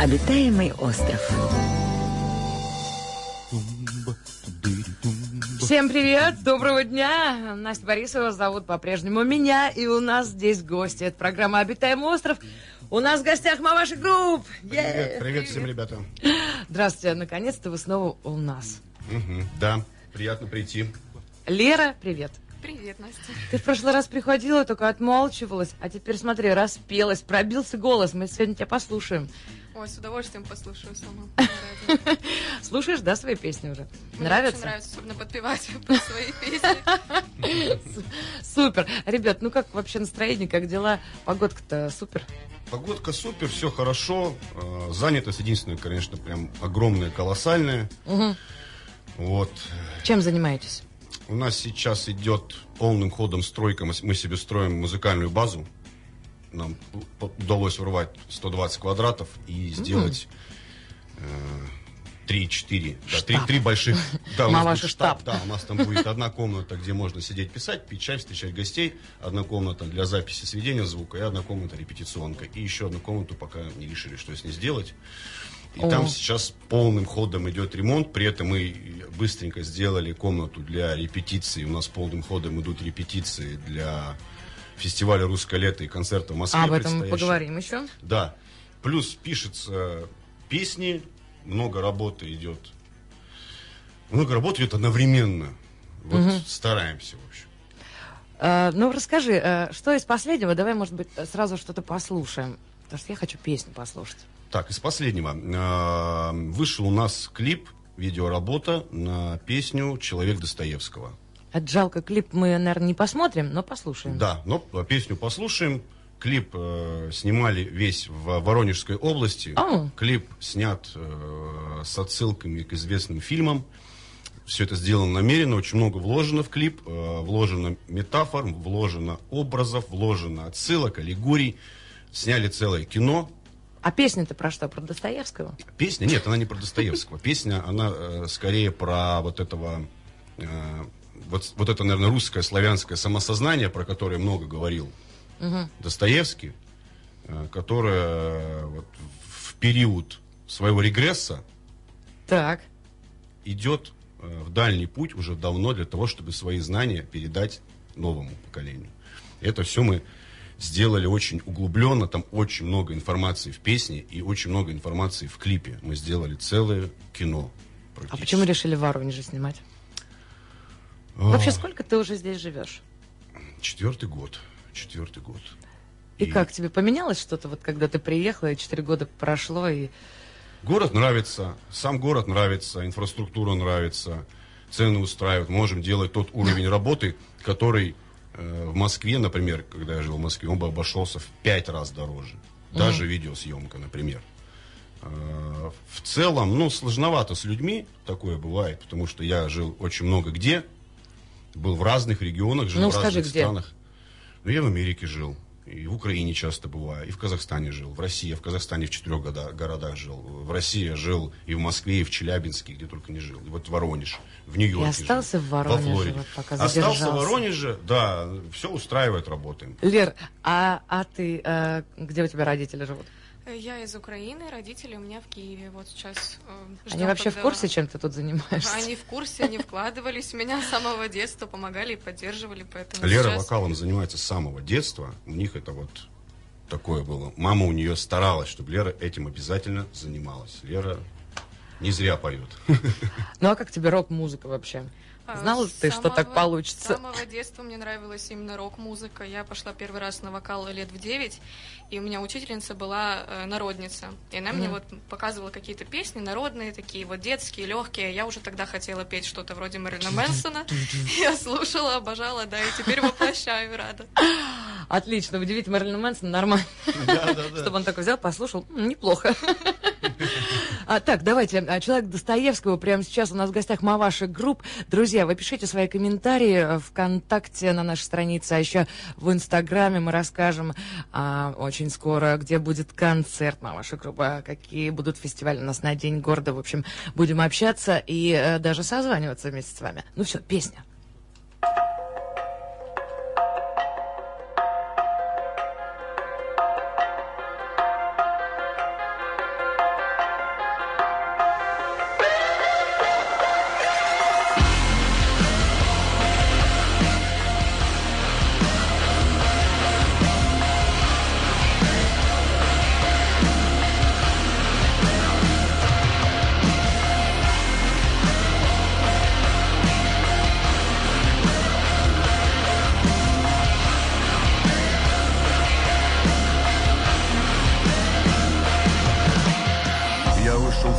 Обитаемый остров. Всем привет, доброго дня. Настя Борисова зовут по-прежнему меня, и у нас здесь гости. Это программа «Обитаемый остров». У нас в гостях Маваши Групп. Привет всем, ребята. Здравствуйте, наконец-то вы снова у нас. Да, приятно прийти. Лера, привет. Привет, Настя. Ты в прошлый раз приходила, только отмалчивалась, а теперь, смотри, распелась, пробился голос. Мы сегодня тебя послушаем. Ой, с удовольствием послушаю сама. Слушаешь, да, свои песни уже? Мне Нравится? очень нравится, особенно подпевать под свои песни. Супер. Ребят, ну как вообще настроение, как дела? Погодка-то супер. Погодка супер, все хорошо. Занятость единственная, конечно, прям огромная, колоссальная. Вот. Чем занимаетесь? У нас сейчас идет полным ходом стройка. Мы себе строим музыкальную базу. Нам удалось урвать 120 квадратов и сделать 3-4. Да, три больших. Да, у нас будет штаб. Да, у нас там будет одна комната, где можно сидеть писать, пить чай, встречать гостей. Одна комната для записи сведения звука и одна комната репетиционка. И еще одну комнату пока не решили, что с ней сделать. И там сейчас полным ходом идет ремонт. При этом мы быстренько сделали комнату для репетиций. У нас полным ходом идут репетиции для фестиваля «Русское лето» и концерта в Москве. Об этом мы поговорим еще. Да. Плюс пишется песни, много работы идет. Много работы идет одновременно. Вот стараемся, в общем. Ну, расскажи, что из последнего? Давай, может быть, сразу что-то послушаем. Потому что я хочу песню послушать. Так, из последнего. Вышел у нас клип, видеоработа на песню «Человек Достоевского». Это жалко, клип мы, наверное, не посмотрим, но послушаем. Да, но песню послушаем. Клип снимали весь в Воронежской области. Клип снят с отсылками к известным фильмам. Все это сделано намеренно, очень много вложено в клип. Вложено метафор, вложено образов, вложено отсылок, аллегорий. Сняли целое кино. А песня-то про что? Про Достоевского? Песня? Нет, она не про Достоевского. Песня, она скорее про вот этого... Вот это, наверное, русское славянское самосознание, про которое много говорил Достоевский, которое вот в период своего регресса идет в дальний путь уже давно для того, чтобы свои знания передать новому поколению. Это все мы сделали очень углубленно, там очень много информации в песне и очень много информации в клипе. Мы сделали целое кино. А почему решили в Воронеже снимать? Вообще, сколько ты уже здесь живешь? Четвертый год. И как тебе поменялось что-то, вот когда ты приехала, и 4 года прошло, и... Город нравится, сам город нравится, инфраструктура нравится, цены устраивают. Можем делать тот уровень работы, который в Москве, например, когда я жил в Москве, он бы обошелся в 5 раз дороже. Даже видеосъемка, например. В целом, сложновато с людьми, такое бывает, потому что я жил очень много где, был в разных регионах, жил в разных странах. Я в Америке жил, и в Украине часто бываю, и в Казахстане жил, в России, в Казахстане в 4 городах жил, в России я жил и в Москве, и в Челябинске, где только не жил, и вот в Воронеж, в Нью-Йорке жил. И остался в Воронеже, во Флориде. Вот пока задержался. Остался в Воронеже, да, все устраивает, работаем. Лер, а ты, где у тебя родители живут? Я из Украины, родители у меня в Киеве. Вот сейчас Они вообще в курсе, чем ты тут занимаешься? Они в курсе, они вкладывались в меня с самого детства, помогали и поддерживали, поэтому Лера сейчас... вокалом занимается с самого детства. У них это вот такое было. Мама у нее старалась, чтобы Лера этим обязательно занималась. Лера не зря поет. Ну а как тебе рок-музыка вообще? Знала ты, что так получится? С самого детства мне нравилась именно рок-музыка. Я пошла первый раз на вокал лет в 9, и у меня учительница была народница. И она мне вот показывала какие-то песни народные, такие вот детские, легкие. Я уже тогда хотела петь что-то вроде Мэрилина Мэнсона. Я слушала, обожала, да, и теперь воплощаю, рада. Отлично, удивить Мэрилина Мэнсона нормально. Чтобы он такой взял, послушал, неплохо. Так, давайте, человек Достоевского прямо сейчас у нас в гостях Маваши Групп. Друзья, вы пишите свои комментарии ВКонтакте на нашей странице, а еще в Инстаграме мы расскажем очень скоро, где будет концерт Маваши Группы, какие будут фестивали у нас на День города. В общем, будем общаться и даже созваниваться вместе с вами. Ну все, песня.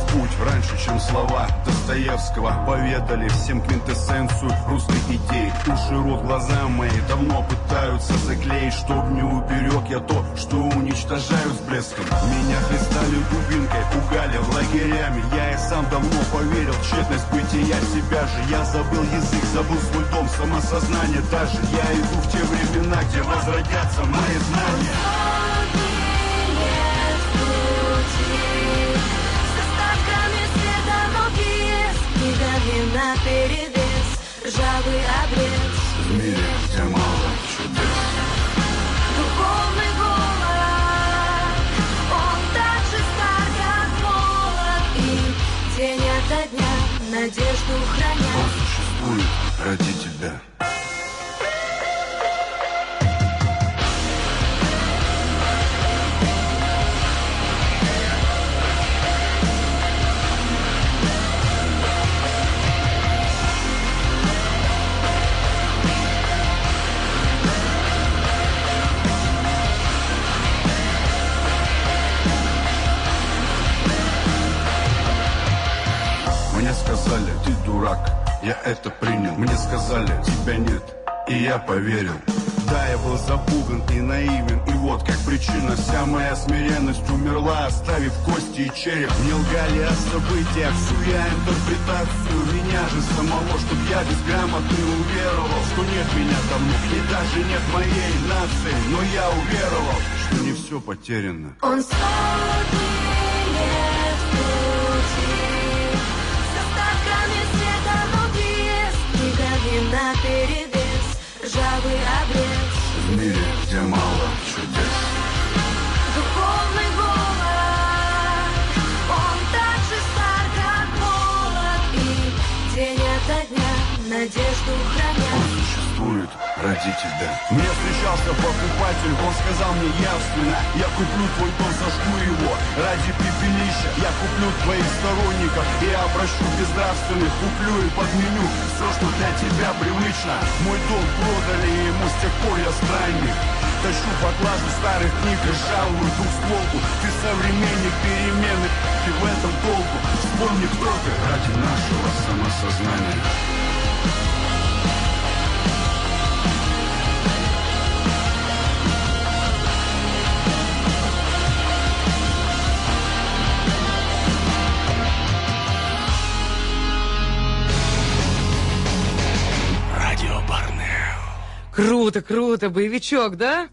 путь раньше, чем слова Достоевского поведали всем квинтэссенцию русской идеи. Уши, рот, глаза мои давно пытаются заклеить, чтоб не уберег я то, что уничтожаю с блеском. Меня хлестали дубинкой, пугали лагерями. Я и сам давно поверил в тщетность бытия себя же. Я забыл язык, забыл свой дом, самосознание даже. Я иду в те времена, где возродятся мои знания. На перевес, ржавый обрез. В мире, где мало чудес. Духовный голод, он так же стар, как молод. И день ото дня надежду храня. Он существует ради тебя. Мне сказали, ты дурак, я это принял. Мне сказали, тебя нет, и я поверил. Да, я был запуган и наивен, и вот как причина вся моя смиренность умерла, оставив кости и череп. Мне лгали о событиях, всю я интерпретацию меня же самого, чтоб я безграмотный уверовал, что нет меня давно, и даже нет моей нации, но я уверовал, что не все потеряно. Он сотни лет в пути, с остатками света, но без книгами наперевес, ржавый обрез. В мире, где мало чудес. Духовный голод, он так же стар, как молод. И день ото дня надежду храня. Он существует ради тебя. Мне встречался покупатель, он сказал мне явственно: я куплю твой дом, сожгу его ради пепелища. Я куплю твоих сторонников и обращу безнравственных. Куплю и подменю все, что для тебя привычно. Мой дом продали, и ему с тех пор я странник. Тащу поклажу старых книг и жалую двухстволку. Ты современник перемены, и в этом толку. Вспомни, кто ты ради нашего самосознания. Круто, круто, боевичок, да?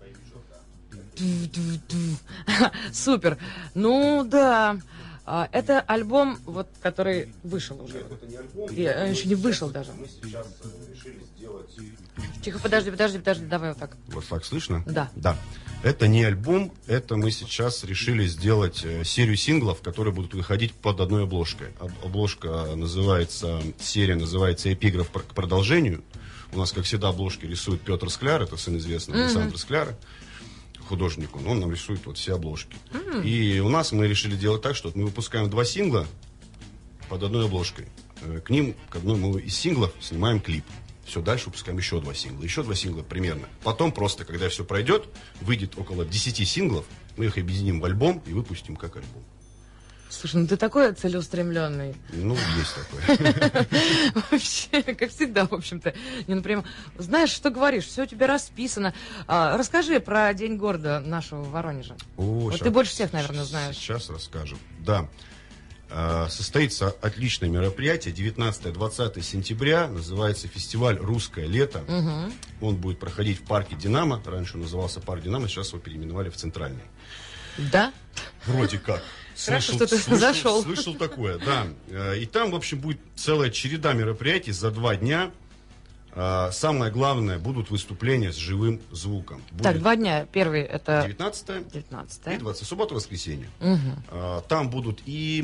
Супер. Ну да. Это альбом, вот, который вышел уже. Нет, это не альбом. Еще не вышел даже. Мы сейчас решили сделать... Тихо, подожди, давай вот так. Вот так слышно? Да. Да. Это не альбом, это мы сейчас решили сделать серию синглов, которые будут выходить под одной обложкой. Обложка называется, серия называется «Эпиграф к продолжению». У нас, как всегда, обложки рисует Петр Скляр, это сын известного Александра Скляра, художник он нам рисует вот все обложки. И у нас мы решили делать так, что мы выпускаем 2 сингла под одной обложкой. К ним, к одному из синглов, снимаем клип. Все, дальше выпускаем еще 2 сингла. Еще 2 сингла примерно. Потом просто, когда все пройдет, выйдет около 10 синглов, мы их объединим в альбом и выпустим как альбом. Слушай, ну ты такой целеустремленный. Ну, есть такое. Вообще, как всегда, в общем-то. Не напрямую. Знаешь, что говоришь, все у тебя расписано. Расскажи про День города нашего Воронежа. Вот ты больше всех, наверное, знаешь. Сейчас расскажем. Да. Состоится отличное мероприятие 19-20 сентября. Называется фестиваль «Русское лето». Он будет проходить в парке «Динамо». Раньше он назывался парк «Динамо», сейчас его переименовали в Центральный. Да? Вроде как. Хорошо, что ты зашел. Слышал такое, да. И там, в общем, будет целая череда мероприятий за 2 дня. Самое главное, будут выступления с живым звуком. Так, 2 дня. Первый это 19 и 20. Суббота-воскресенье. Угу. Там будут и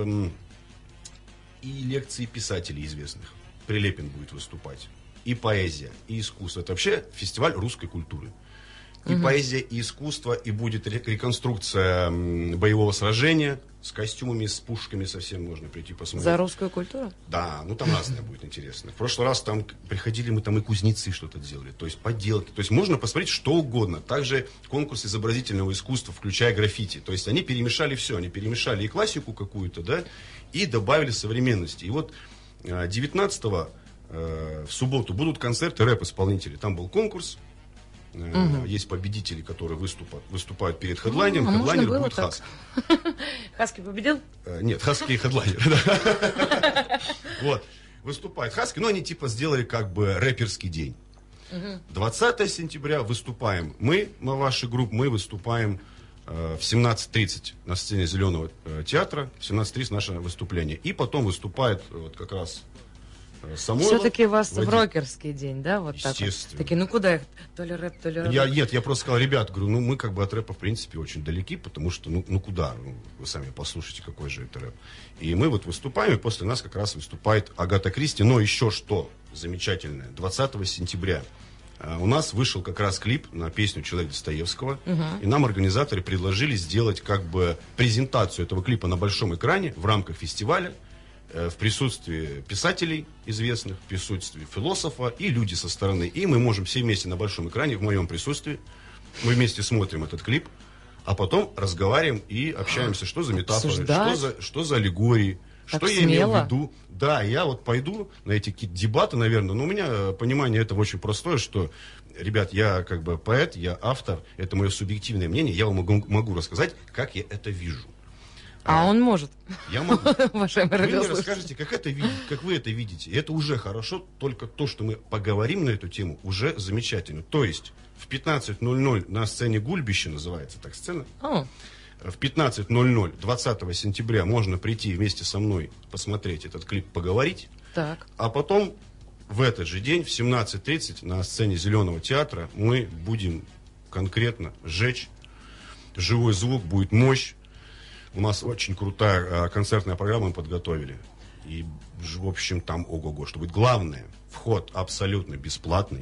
лекции писателей известных. Прилепин будет выступать. И поэзия, и искусство. Это вообще фестиваль русской культуры. И поэзия, и искусство, и будет реконструкция боевого сражения с костюмами, с пушками совсем можно прийти посмотреть. За русскую культуру? Да, ну там разное будет интересно. В прошлый раз там приходили, мы там и кузнецы что-то делали, то есть поделки. То есть можно посмотреть что угодно. Также конкурс изобразительного искусства, включая граффити. То есть они перемешали все. Они перемешали и классику какую-то, да, и добавили современности. И вот 19-го в субботу будут концерты рэп-исполнителей. Там был конкурс. Есть победители, которые выступают перед хедлайнером. Хедлайнер будет Хаски. Хаски победил? Нет, Хаски и хедлайнер. Вот. Выступает Хаски, но они типа сделали как бы рэперский день. 20 сентября выступаем мы, ваша группа, мы выступаем в 17:30 на сцене Зеленого театра. В 17:30 наше выступление. И потом выступает вот как раз Самойлов. Все-таки у вас в рокерский день, да? Вот так вот. Такие, ну куда их? То ли рэп, то ли рэп. Нет, я просто сказал, ребят, говорю, ну мы как бы от рэпа в принципе очень далеки, потому что, ну куда? Ну, вы сами послушайте, какой же это рэп. И мы вот выступаем, и после нас как раз выступает Агата Кристи. Но еще что замечательное, 20 сентября у нас вышел как раз клип на песню «Человек Достоевского». И нам организаторы предложили сделать как бы презентацию этого клипа на большом экране в рамках фестиваля, в присутствии писателей известных, в присутствии философа и люди со стороны. И мы можем все вместе на большом экране, в моем присутствии, мы вместе смотрим этот клип, а потом разговариваем и общаемся, что за метафоры, что за аллегории, так что смело. Я имел в виду. Да, я вот пойду на эти какие-то дебаты, наверное, но у меня понимание этого очень простое, что, ребят, я как бы поэт, я автор, это мое субъективное мнение, я вам могу рассказать, как я это вижу. А он может. Я могу. Уважаемые вы мне радиослушатели. расскажете, как вы это видите. И это уже хорошо. Только то, что мы поговорим на эту тему, уже замечательно. То есть в 15:00 на сцене Гульбище, называется так сцена. В 15:00 20 сентября можно прийти вместе со мной посмотреть этот клип, поговорить. Так. А потом в этот же день в 17:30 на сцене Зеленого театра мы будем конкретно жечь. Живой звук, будет мощь. У нас очень крутая концертная программа мы подготовили. И, в общем, там ого-го. Что будет главное, вход абсолютно бесплатный.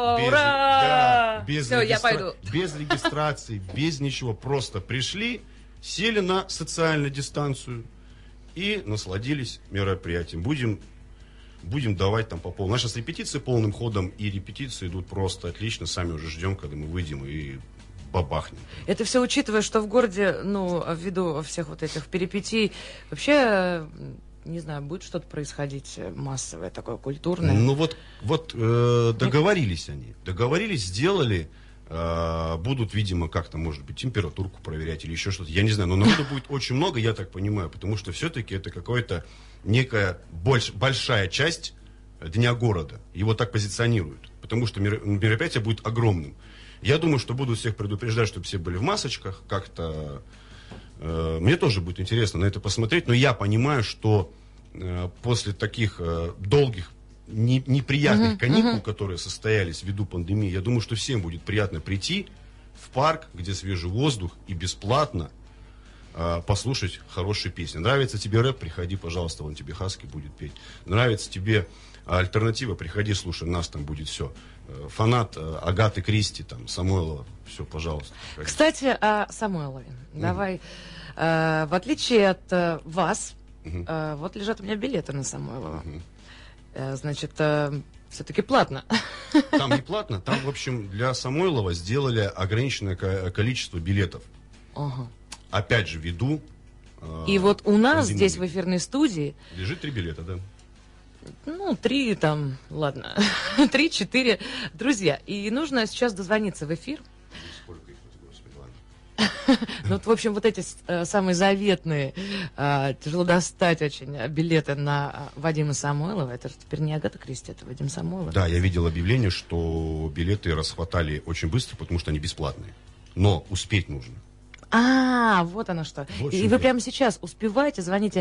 Ура! Все, я пойду. Без регистрации, без ничего. Просто пришли, сели на социальную дистанцию и насладились мероприятием. Будем давать там по полному. Наши репетиции полным ходом, и репетиции идут просто отлично. Сами уже ждем, когда мы выйдем и бабахнем. Это все учитывая, что в городе, ну, ввиду всех вот этих перипетий, вообще, не знаю, будет что-то происходить массовое, такое культурное? Ну вот договорились они. Договорились, сделали. Будут, видимо, как-то, может быть, температурку проверять или еще что-то. Я не знаю, но народу будет очень много, я так понимаю, потому что все-таки это какая-то некая большая часть Дня города. Его так позиционируют, потому что мероприятие будет огромным. Я думаю, что буду всех предупреждать, чтобы все были в масочках. Как-то мне тоже будет интересно на это посмотреть. Но я понимаю, что после таких долгих, неприятных каникул, которые состоялись ввиду пандемии, я думаю, что всем будет приятно прийти в парк, где свежий воздух, и бесплатно послушать хорошие песни. Нравится тебе рэп, приходи, пожалуйста, вон тебе Хаски будет петь. Нравится тебе альтернатива, приходи, слушай, нас там будет все. Фанат Агаты Кристи, там, Самойлова, все, пожалуйста. Приходи. Кстати, о Самойлове. Давай, в отличие от вас, вот лежат у меня билеты на Самойлова. Значит, все-таки платно. Там не платно, там, в общем, для Самойлова сделали ограниченное количество билетов. Опять же, ввиду и вот у нас здесь в эфирной студии лежит 3 билета, да. Ну, 3 там, ладно, 3-4 друзья. И нужно сейчас дозвониться в эфир. Сколько их тут, господи, ладно. Ну, вот, в общем, вот эти самые заветные, тяжело достать очень билеты на Вадима Самойлова. Это же теперь не Агата Кристи, это Вадим Самойлов. Да, я видел объявление, что билеты расхватали очень быстро, потому что они бесплатные. Но успеть нужно. Вот оно что. И вы прямо сейчас успеваете, звоните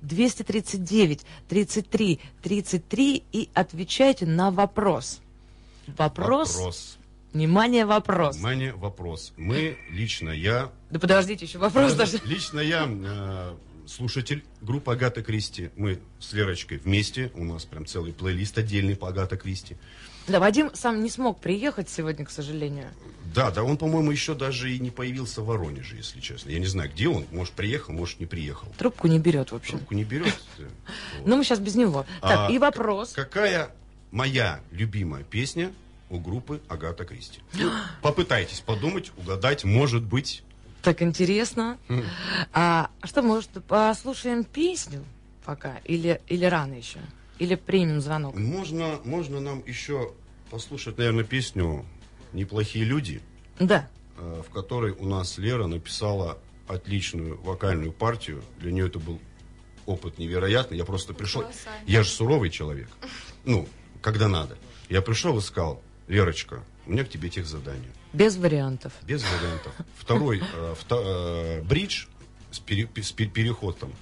239-33-33 и отвечайте на вопрос. Вопрос. Внимание, вопрос. Внимание, вопрос. Мы, лично я... Да подождите, еще вопрос даже. Лично я слушатель группы Агата Кристи. Мы с Лерочкой вместе. У нас прям целый плейлист отдельный по Агата Кристи. Да, Вадим сам не смог приехать сегодня, к сожалению. Да, он, по-моему, еще даже и не появился в Воронеже, если честно. Я не знаю, где он. Может, приехал, может, не приехал. Трубку не берет, в общем. Трубку не берет. Ну, мы сейчас без него. Так, и вопрос. Какая моя любимая песня у группы Агата Кристи? Попытайтесь подумать, угадать, может быть. Так интересно. А что, может, послушаем песню пока? Или рано еще? Или примем звонок? Можно нам еще послушать, наверное, песню «Неплохие люди», да. В которой у нас Лера написала отличную вокальную партию. Для нее это был опыт невероятный. Я просто пришел... Я же суровый человек. Ну, когда надо. Я пришел и сказал: Лерочка, у меня к тебе техзадание. Без вариантов. Без вариантов. Второй бридж, переход там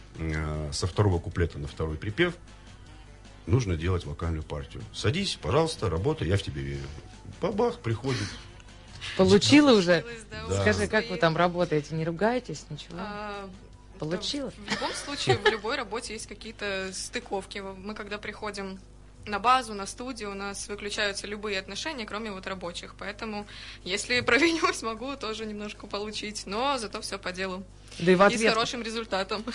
со второго куплета на второй припев. Нужно делать вокальную партию. Садись, пожалуйста, работай, я в тебе верю. Бабах, приходит. Получила уже? Да. Скажи, как вы там работаете? Не ругаетесь, ничего? Получила? В любом случае, в любой работе есть какие-то стыковки. Мы когда приходим на базу, на студию, у нас выключаются любые отношения, кроме вот рабочих. Поэтому, если провинюсь, могу тоже немножко получить. Но зато все по делу. Да и в ответ. И с хорошим результатом.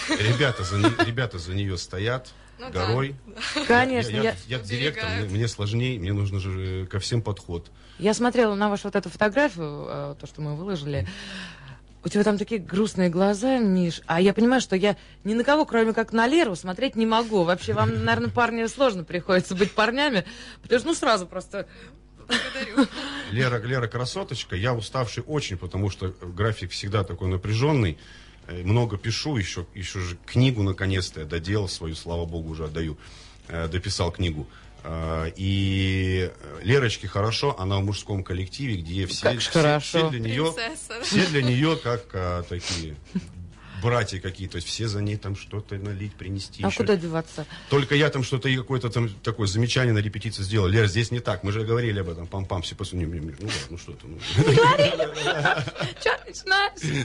Ребята за нее стоят. Ну, горой. Да. Конечно. Я директор, мне сложнее, мне нужно же ко всем подход. Я смотрела на вашу вот эту фотографию, то, что мы выложили. У тебя там такие грустные глаза, Миш. А я понимаю, что я ни на кого, кроме как на Леру, смотреть не могу. Вообще, вам, наверное, парни сложно приходится быть парнями, потому что, сразу просто... Благодарю. Лера красоточка. Я уставший очень, потому что график всегда такой напряженный. Много пишу, еще же книгу наконец-то я доделал свою, слава богу, уже отдаю. Дописал книгу. И Лерочке хорошо, она в мужском коллективе, где все для нее как такие братья какие-то, то есть все за ней там что-то налить, принести. А еще. Куда деваться? Только я там что-то какое-то там такое замечание на репетиции сделал. Лера, здесь не так, мы же говорили об этом, пам-пам, все после ну что ты. Не говорили? Что начинаешь?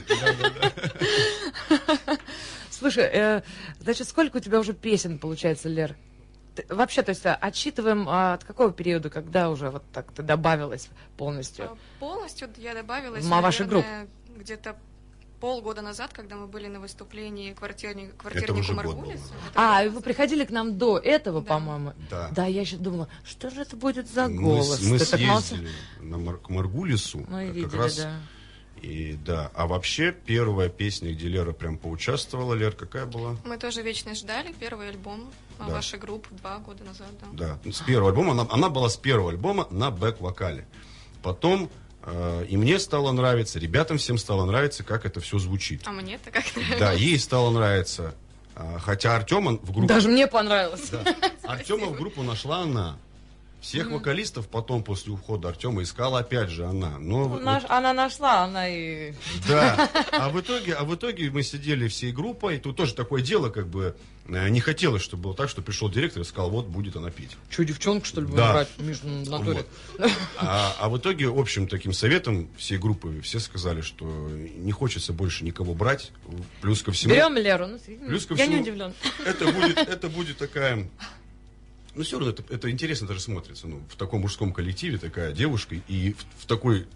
Слушай, значит, сколько у тебя уже песен, получается, Лер? Вообще, то есть отсчитываем от какого периода, когда уже вот так ты добавилась полностью? Полностью я добавилась, наверное, групп. Где-то полгода назад, когда мы были на выступлении квартирнику Маргулису. И вы приходили к нам до этого, да. По-моему? Да. Да, я еще думала, что же это будет за голос? Мы съездили к Маргулису. Мы видели, как раз, да. И да, а вообще первая песня, где Лера прям поучаствовала, Лер, какая была? Мы тоже «Вечно ждали», первый альбом вашей группы 2 года назад. Да, с первого альбома, она была с первого альбома на бэк-вокале. Потом и мне стало нравиться, ребятам всем стало нравиться, как это все звучит. А мне-то как нравилось. Да, ей стало нравиться. Хотя Артема в группу... Даже мне понравилось. Да. Артема в группу нашла она. Всех вокалистов потом, после ухода Артема, искала опять же она. Но она нашла, она и... Да, а в итоге мы сидели всей группой, тут тоже такое дело, как бы, не хотелось, чтобы было так, что пришел директор и сказал, вот будет она петь. Что, девчонку, что ли, будем да. брать? Миш, в натуре. Вот. А в итоге, общим таким советом всей группы все сказали, что не хочется больше никого брать, плюс ко всему... Берем Леру, плюс ко я всему, не удивлен. Это будет такая... Ну, все равно это интересно даже смотрится. Ну, в таком мужском коллективе такая девушка и в такой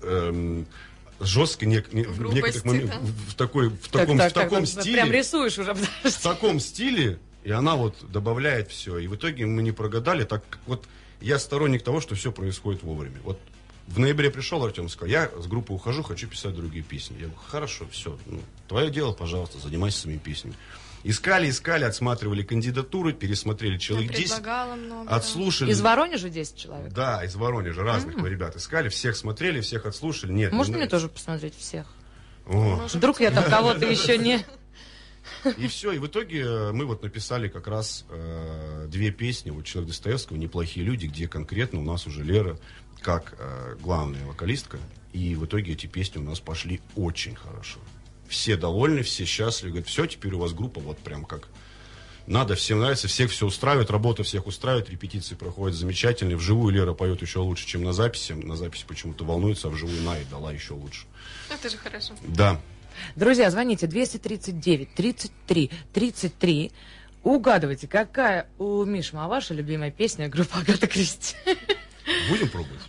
жесткой, в некоторых моментах, в таком стиле. Прям рисуешь уже. В таком стиле, и она вот добавляет все. И в итоге мы не прогадали. Так вот, я сторонник того, что все происходит вовремя. Вот в ноябре пришел Артем и сказал, я с группы ухожу, хочу писать другие песни. Я говорю, хорошо, все, твое дело, пожалуйста, занимайся своими песнями. Искали, отсматривали кандидатуры, пересмотрели человек 10, отслушали. Из Воронежа 10 человек? Да, из Воронежа разных ребят искали, всех смотрели, всех отслушали. Нет, можно мне тоже посмотреть всех? О. Вдруг я там кого-то еще не... И все, и в итоге мы вот написали как раз 2 песни, вот «Человек Достоевского», «Неплохие люди», где конкретно у нас уже Лера как главная вокалистка, и в итоге эти песни у нас пошли очень хорошо. Все довольны, все счастливы. Говорят, все, теперь у вас группа вот прям как надо, всем нравится, всех все устраивает, работа всех устраивает, репетиции проходят замечательные. Вживую Лера поет еще лучше, чем на записи. На записи почему-то волнуется, а вживую Най дала еще лучше. Это же хорошо. Да. Друзья, звоните 239-33-33. Угадывайте, какая у Миши Маваши любимая песня группы Агата Кристи. Будем пробовать?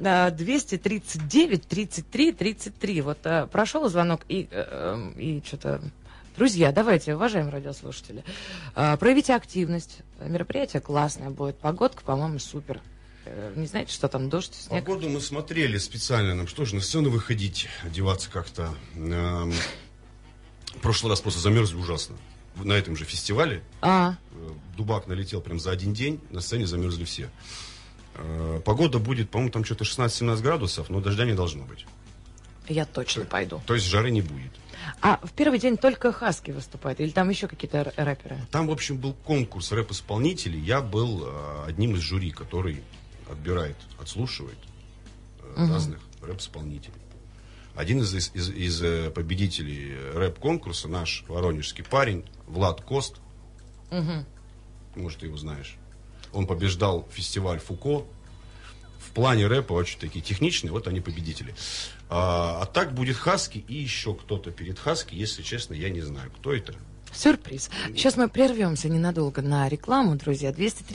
239-33-33. Вот прошел звонок и что-то... Друзья, давайте, уважаемые радиослушатели, проявите активность. Мероприятие классное будет. Погодка, по-моему, супер. Не знаете, что там, дождь, снег? Погоду мы смотрели специально. Нам что же, на сцену выходить, одеваться как-то. В прошлый раз просто замерзли ужасно. На этом же фестивале. Дубак налетел прям за один день. На сцене замерзли все. Погода будет, по-моему, там что-то 16-17 градусов, но дождя не должно быть. Я точно пойду. То есть жары не будет. А в первый день только Хаски выступает? Или там еще какие-то рэперы? Там, в общем, был конкурс рэп-исполнителей. Я был одним из жюри, который отбирает, отслушивает разных рэп-исполнителей. Один из победителей рэп-конкурса, наш воронежский парень, Влад Кост. Может, ты его знаешь. Он побеждал фестиваль Фуко. В плане рэпа очень такие техничные, вот они победители. А так будет Хаски и еще кто-то перед Хаски, если честно, я не знаю, кто это. Сюрприз. Сейчас мы прервемся ненадолго на рекламу, друзья.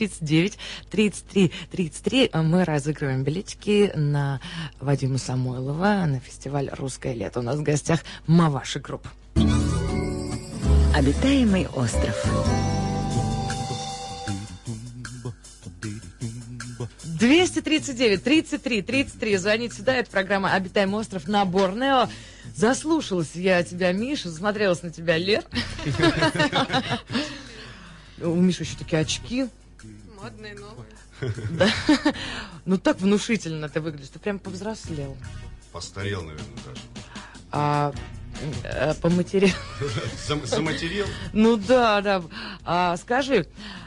239-33-33. Мы разыгрываем билетики на Вадима Самойлова на фестиваль «Русское лето». У нас в гостях Маваши Групп. Обитаемый остров. 239-33-33. Звонить сюда. Это программа «Обитаемый остров» на Борнео. Заслушалась я тебя, Миша, засмотрелась на тебя, Лер. У Миши еще такие очки. Модные, новые. Да. Ну так внушительно ты выглядишь. Ты прям повзрослел. Постарел, наверное, даже. Поматерел. Заматерел? Ну да. Скажи,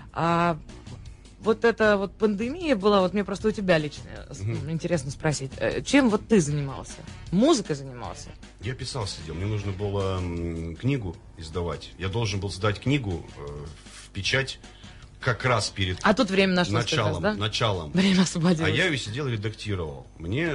вот эта вот пандемия была, вот мне просто у тебя лично интересно спросить, чем вот ты занимался? Музыкой занимался? Я писал, сидел. Мне нужно было книгу издавать. Я должен был сдать книгу в печать как раз перед тут время нашлось началом. Время освободилось. А я ее сидел и редактировал. Мне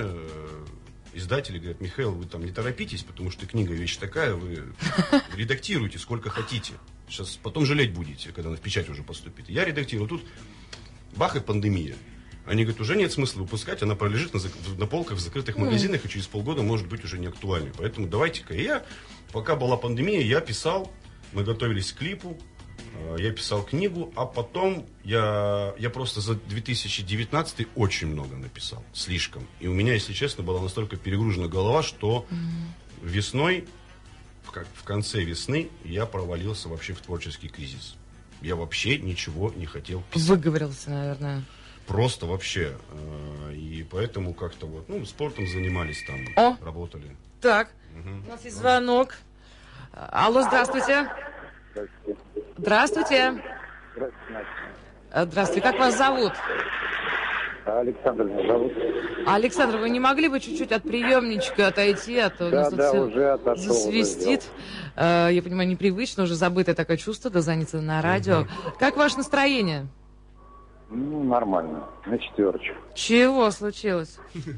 издатели говорят: Михаил, вы там не торопитесь, потому что книга вещь такая, вы редактируйте сколько хотите. Сейчас потом жалеть будете, когда она в печать уже поступит. Я редактирую. Тут бах и пандемия. Они говорят, уже нет смысла выпускать, она пролежит на полках в закрытых магазинах, и через полгода может быть уже не актуальной. Поэтому давайте-ка. И я, пока была пандемия, я писал, мы готовились к клипу, я писал книгу, а потом я просто за 2019 очень много написал, слишком. И у меня, если честно, была настолько перегружена голова, что весной, в конце весны, я провалился вообще в творческий кризис. Я вообще ничего не хотел писать. Выговорился, наверное. Просто вообще. И поэтому как-то вот, спортом занимались там, работали. Так, у нас есть звонок. Алло, здравствуйте. Здравствуйте. Здравствуйте. Как вас зовут? Александр меня зовут. Александр, вы не могли бы чуть-чуть от приемничка отойти, а то у нас тут все уже отошел, засвистит. Я понимаю, непривычно, уже забытое такое чувство, да, занято на радио. Как ваше настроение? Нормально, на 4. Чего случилось?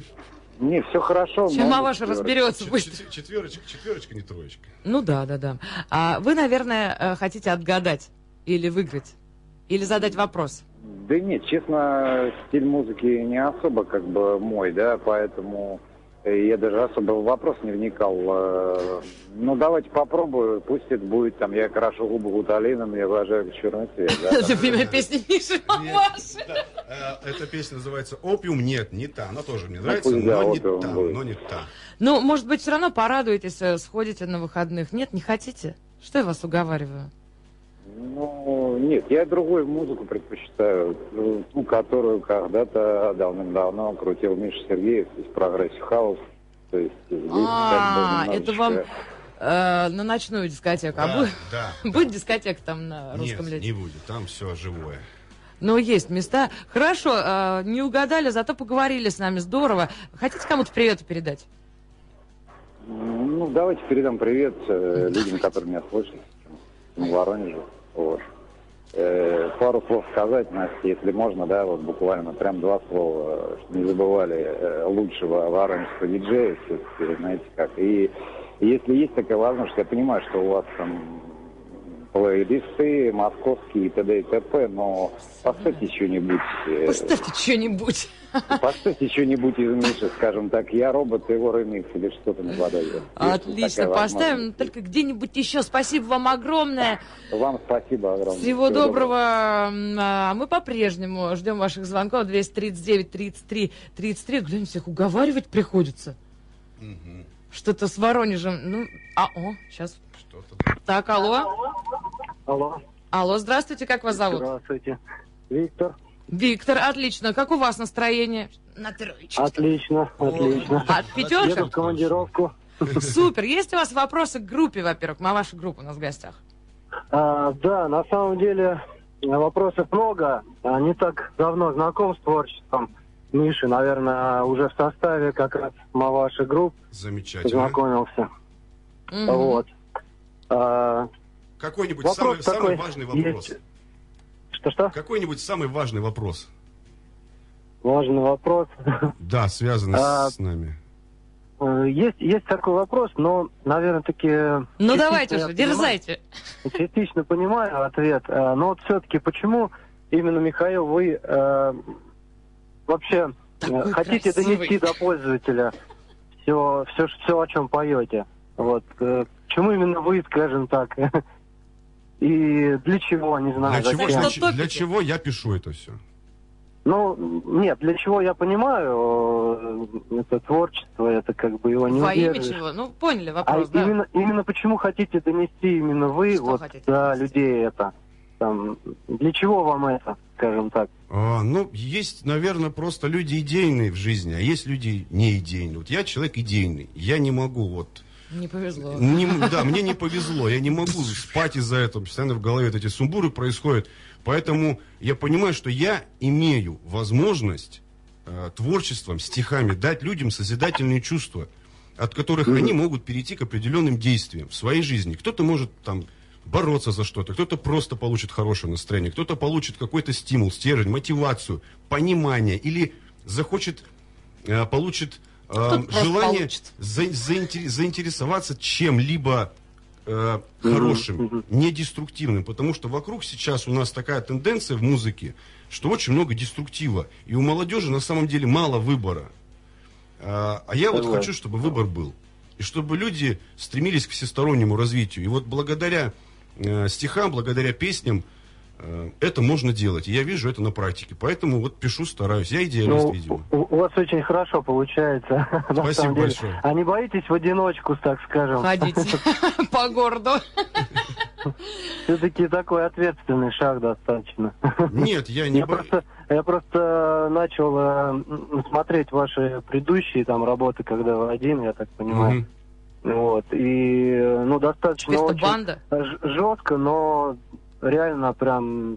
Не, все хорошо. Чем Маваша разберется быстро. Четверочка, не троечка. Ну да. А вы, наверное, хотите отгадать или выиграть? Или задать вопрос? Да нет, честно, стиль музыки не особо мой, да, поэтому я даже особо в вопрос не вникал. Давайте попробую, пусть это будет там «Я крашу губы гуталином, я выражаю черный цвет». Любимая песня Миши Маваши. Эта песня называется «Опиум». Нет, не та, она тоже мне нравится, но не та. Ну, может быть, все равно порадуетесь, сходите на выходных. Нет, не хотите? Что я вас уговариваю? Нет, я другую музыку предпочитаю, ту, которую когда-то давным-давно крутил Миша Сергеев из Progressive House. То есть это вам на ночную дискотеку. Будет дискотека там на русском лете? Нет, не будет, там все живое. Но есть места. Хорошо, не угадали, зато поговорили с нами, здорово. Хотите кому-то привет передать? Давайте передам привет людям, которые меня слышат в Воронеже. Вот. Пару слов сказать, Настя, если можно, да, вот буквально прям 2 слова, чтобы не забывали лучшего воронежского диджея, все-таки, знаете как. И Если есть такая возможность, я понимаю, что у вас там плейлисты московские и т.д. и т.п., но поставьте что-нибудь. Поставьте что-нибудь. Поставьте что-нибудь из Миши, скажем так, «Я робот», его ремикс или что-то наподобие. Отлично, поставим только где-нибудь еще. Спасибо вам огромное. Вам спасибо огромное. Всего доброго. А мы по-прежнему ждем ваших звонков. 239-33-33. Глянь, всех уговаривать приходится. Что-то с Воронежем. Сейчас. Что-то. Так, алло. Алло. Алло, здравствуйте, как вас зовут? Здравствуйте. Виктор. Виктор, отлично. Как у вас настроение? На троечке. Отлично. От пятерка? Еду в командировку. Супер. Есть у вас вопросы к группе, во-первых? Ваша группа у нас в гостях. Да, на самом деле вопросов много. Не так давно знаком с творчеством Миши, наверное, уже в составе как раз ваших групп. Замечательно. Познакомился. Вот. Какой-нибудь самый важный вопрос. Есть. Что? Какой-нибудь самый важный вопрос. Важный вопрос. Да, связанный с нами. Есть такой вопрос, но, наверное, таки... Ну, давайте же, дерзайте. Частично понимаю ответ, но вот все-таки почему именно, Михаил, вы вообще такой хотите красивый. донести до пользователя все, о чем поете? Вот. Почему именно вы, скажем так? И для чего, не знаю. Для чего я пишу это все? Ну, нет, для чего я понимаю, это творчество, это как бы его не удержишь. Во имя чего? Ну, поняли вопрос, да. Именно почему хотите донести именно вы Что вот хотите до донести? людей это? Там, для чего вам это, скажем так? Есть, наверное, просто люди идейные в жизни, а есть люди не идейные. Вот я человек идейный, я не могу Не повезло. Да, мне не повезло, я не могу спать из-за этого, постоянно в голове эти сумбуры происходят. Поэтому я понимаю, что я имею возможность творчеством, стихами дать людям созидательные чувства, от которых они могут перейти к определенным действиям в своей жизни. Кто-то может там бороться за что-то, кто-то просто получит хорошее настроение, кто-то получит какой-то стимул, стержень, мотивацию, понимание, или получит желание заинтересоваться чем-либо хорошим, недеструктивным, потому что вокруг сейчас у нас такая тенденция в музыке, что очень много деструктива, и у молодежи на самом деле мало выбора. А я вот хочу, чтобы выбор был, и чтобы люди стремились к всестороннему развитию. И вот благодаря стихам, благодаря песням это можно делать. И я вижу это на практике. Поэтому вот пишу, стараюсь. Я идеалист, видимо. У вас очень хорошо получается. Спасибо большое. А не боитесь в одиночку, так скажем? Ходите по городу. Все-таки такой ответственный шаг достаточно. Нет, я не боюсь. Я просто начал смотреть ваши предыдущие там работы, когда вы один, я так понимаю. Вот. И достаточно очень банда? жестко, но реально прям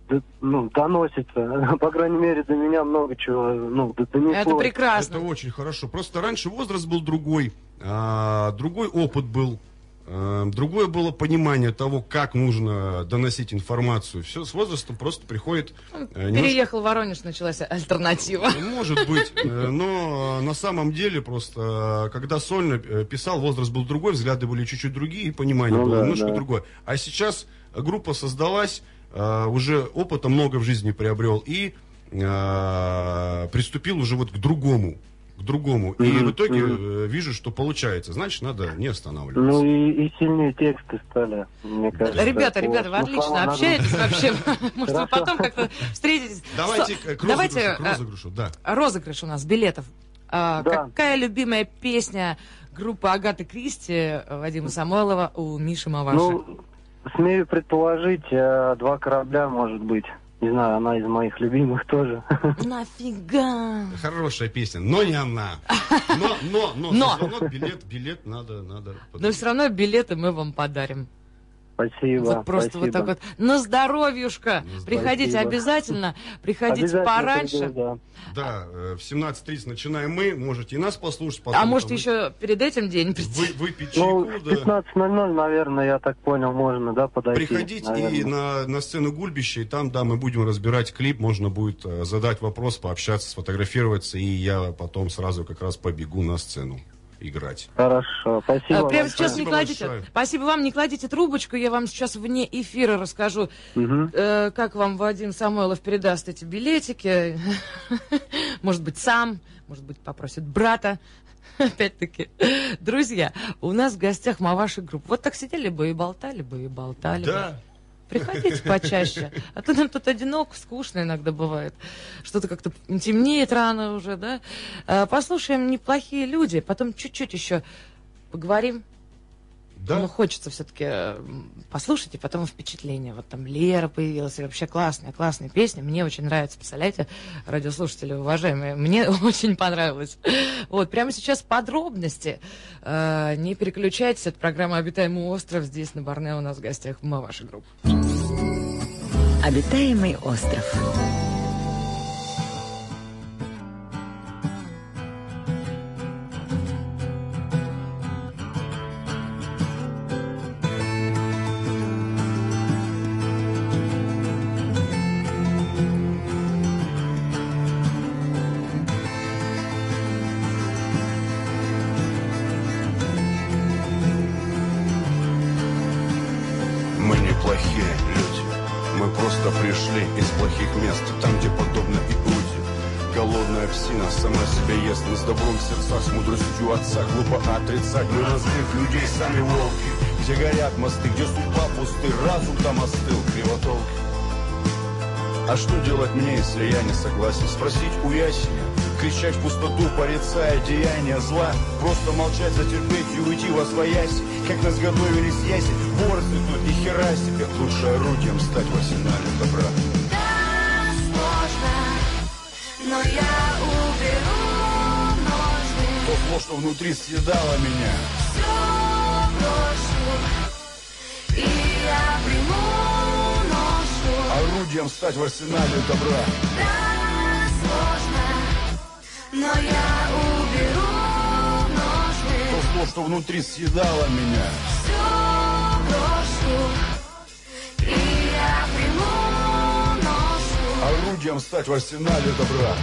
доносится. По крайней мере, до меня много чего донесло. Это прекрасно. Это очень хорошо. Просто раньше возраст был другой, другой опыт был, другое было понимание того, как нужно доносить информацию. Все с возрастом просто приходит... Переехал в Воронеж, началась альтернатива. Может быть, но на самом деле просто, когда сольно писал, возраст был другой, взгляды были чуть-чуть другие, и понимание было немножко другое. А сейчас группа создалась, уже опыта много в жизни приобрел, и приступил уже вот к другому. И в итоге вижу, что получается. Значит, надо не останавливаться. И сильнее тексты стали, мне кажется. Ребята, вы отлично общаетесь вообще. Может, вы потом как-то встретитесь. Давайте к розыгрышу, да. Розыгрыш у нас билетов. Какая любимая песня группы Агаты Кристи, Вадима Самойлова у Миши Маваши? Смею предположить, «Два корабля», может быть. Не знаю, она из моих любимых тоже. Нафига? Хорошая песня, но не она. Но. Звонок, билет надо. Но все равно билеты мы вам подарим. Спасибо. Вот просто вот так вот. На здоровьюшка. Приходите обязательно. Приходите пораньше. Да, в 17:30 начинаем мы. Можете и нас послушать. Потом, а может еще перед этим день прийти? Выпить чайку. В 15:00, наверное, я так понял, можно, да, подойти. Приходите и на сцену Гульбища, и там, да, мы будем разбирать клип. Можно будет задать вопрос, пообщаться, сфотографироваться, и я потом сразу как раз побегу на сцену. играть. Хорошо, спасибо. Прямо вам. сейчас Спасибо не кладите. большое. Спасибо вам, не кладите трубочку. Я вам сейчас вне эфира расскажу, как вам Вадим Самойлов передаст эти билетики. Может быть, сам, может быть, попросит брата. Опять-таки, друзья, у нас в гостях Маваши Групп. Вот так сидели бы и болтали бы, и болтали бы. Да. Приходите почаще. А то нам тут одиноко, скучно иногда бывает. Что-то как-то темнеет рано уже, да? Послушаем «Неплохие люди», потом чуть-чуть еще поговорим. Да. Ну, хочется все-таки послушать, и потом впечатление. Вот там Лера появилась, и вообще классная песня. Мне очень нравится, представляете, радиослушатели уважаемые. Мне очень понравилось. Вот, прямо сейчас подробности. Не переключайтесь, это программа «Обитаемый остров». Здесь на Борнео у нас в гостях Маваши Групп. Обитаемый остров. Мы неплохие люди, мы просто пришли из плохих мест, там, где подобно Иуде. Голодная псина сама себя ест, мы с добром в сердцах, с мудростью отца глупо отрицать. Мы на злых людей сами волки, где горят мосты, где судьба пусты, разум там остыл, кривотолки. А что делать мне, если я не согласен? Спросить у ясеня, кричать в пустоту, порицая деяния зла, просто молчать, затерпеть и уйти во своясь, как нас готовились ясень. Борзы тут ни хера себе, лучше орудием стать в арсенале добра. Да, сложно, но я уберу ножны. То зло, что внутри съедало меня, Все брошу, и я приму ношу. орудием стать в арсенале добра. Да, сложно, но я уберу ножны. То зло, что внутри съедало меня, Все брошу, и я приму ношу. орудием стать в арсенале добра.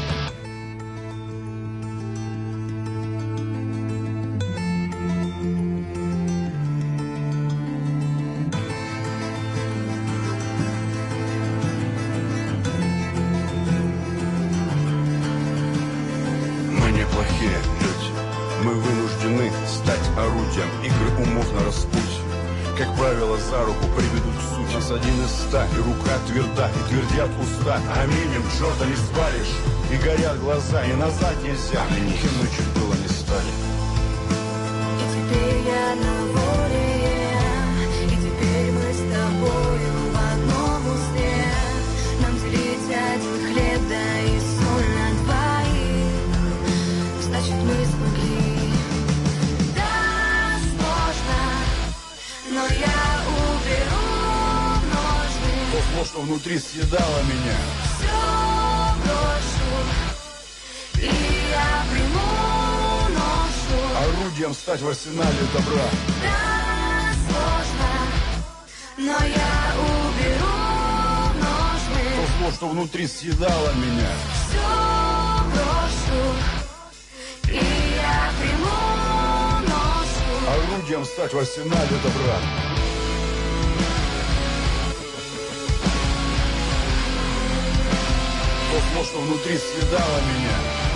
Мы неплохие люди, мы вынуждены стать орудием игры умов на распутье. Как правило, за руку приведут к сути. Нас 1 из 100, и рука тверда, и твердят уста. Аминем черта не спалишь, и горят глаза, и назад нельзя. Кем мы чуть было не стали. И теперь я на воле, и теперь мы с тобою в одном узле. Нам делить один хлеб, да и соль на двоих. Значит, мы смогли. Да, сложно, но я уберу ножны. То зло, что внутри съедало меня, Все брошу, и я приму ношу. орудием стать в арсенале добра. Да, сложно, но я уберу ножны. То зло, что внутри съедало меня, Все брошу, и я приму ношу. орудием стать в арсенале добра. То зло, что внутри съедало меня,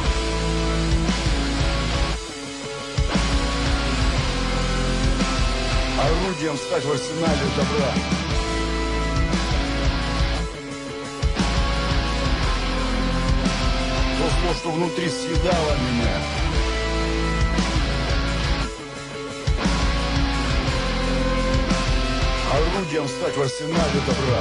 орудием стать в арсенале добра. То зло, что внутри съедало меня, орудием стать в арсенале добра.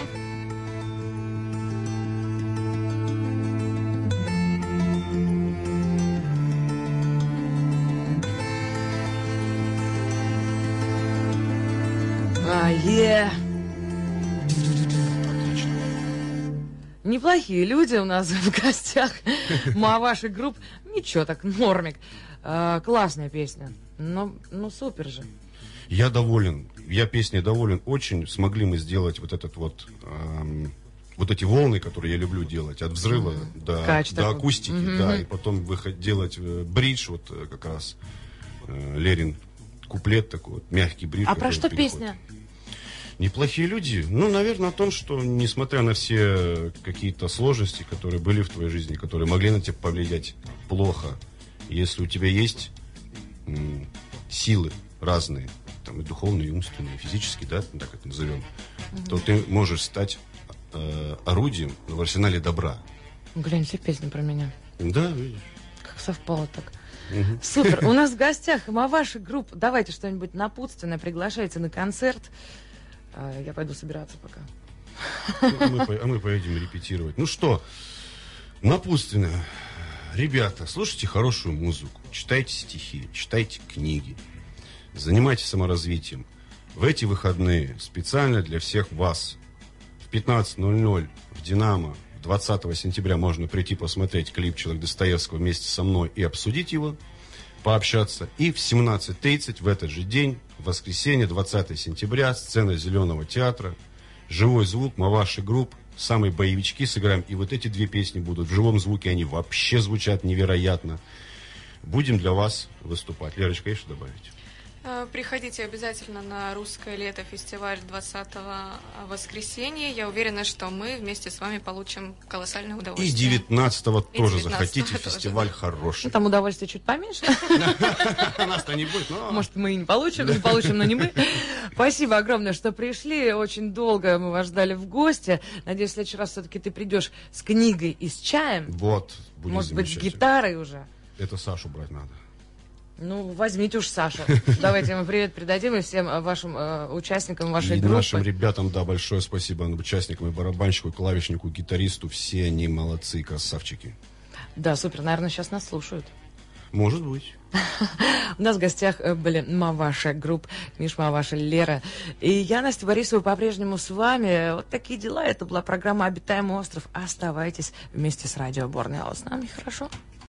Неплохие люди у нас в гостях. Маваши Групп. Ничего так, нормик. Классная песня. Ну, супер же. Я доволен. Я песней доволен очень. Смогли мы сделать вот этот вот... вот эти волны, которые я люблю делать, от взрыва до акустики, да, и потом делать бридж, вот как раз Лерин куплет такой, вот, мягкий бриф. А про что переходит. песня? Неплохие люди. Ну, наверное, о том, что, несмотря на все какие-то сложности, которые были в твоей жизни, которые могли на тебя повлиять плохо, если у тебя есть силы разные, там, и духовные, и умственные, и физические, да, так это назовем, то ты можешь стать орудием в арсенале добра. Глянь, все песни про меня. Да, видишь. Как совпало так. Супер. У нас в гостях Маваши Групп. Давайте что-нибудь напутственное. Приглашайте на концерт. Я пойду собираться пока. А мы поедем репетировать. Ну что, напутственно. Ребята, слушайте хорошую музыку, читайте стихи, читайте книги, занимайтесь саморазвитием. В эти выходные специально для всех вас в 15:00 в «Динамо» 20 сентября можно прийти посмотреть клип «Человек Достоевского» вместе со мной и обсудить его, пообщаться. И в 17:30 в этот же день, в воскресенье, 20 сентября, сцена Зеленого театра, живой звук, Маваши Групп, самые боевички сыграем. И вот эти две песни будут в живом звуке, они вообще звучат невероятно. Будем для вас выступать. Лерочка, есть что добавить? Приходите обязательно на «Русское лето» фестиваль 20 воскресенья. Я уверена, что мы вместе с вами получим колоссальное И удовольствие. 19-го тоже 19-го захотите, тоже, фестиваль да. хороший. Ну, там удовольствие чуть поменьше. Нас-то не будет, но... Может, мы и не получим, но не мы. Спасибо огромное, что пришли. Очень долго мы вас ждали в гости. Надеюсь, в следующий раз все-таки ты придешь с книгой и с чаем. Вот, будет Может быть, с замечательно. гитарой уже. Это Сашу брать надо. Ну, возьмите уж Сашу. Давайте мы привет передадим и всем вашим участникам вашей И группы. нашим ребятам, да, большое спасибо, участникам, и барабанщику, и клавишнику, и гитаристу. Все они молодцы, красавчики. Да, супер. Наверное, сейчас нас слушают. Может быть. У нас в гостях были Маваши Групп, Миш Маваши, Лера. И я, Настя Борисова, по-прежнему с вами. Вот такие дела. Это была программа «Обитаемый остров». Оставайтесь вместе с радио Борнео. С нами хорошо.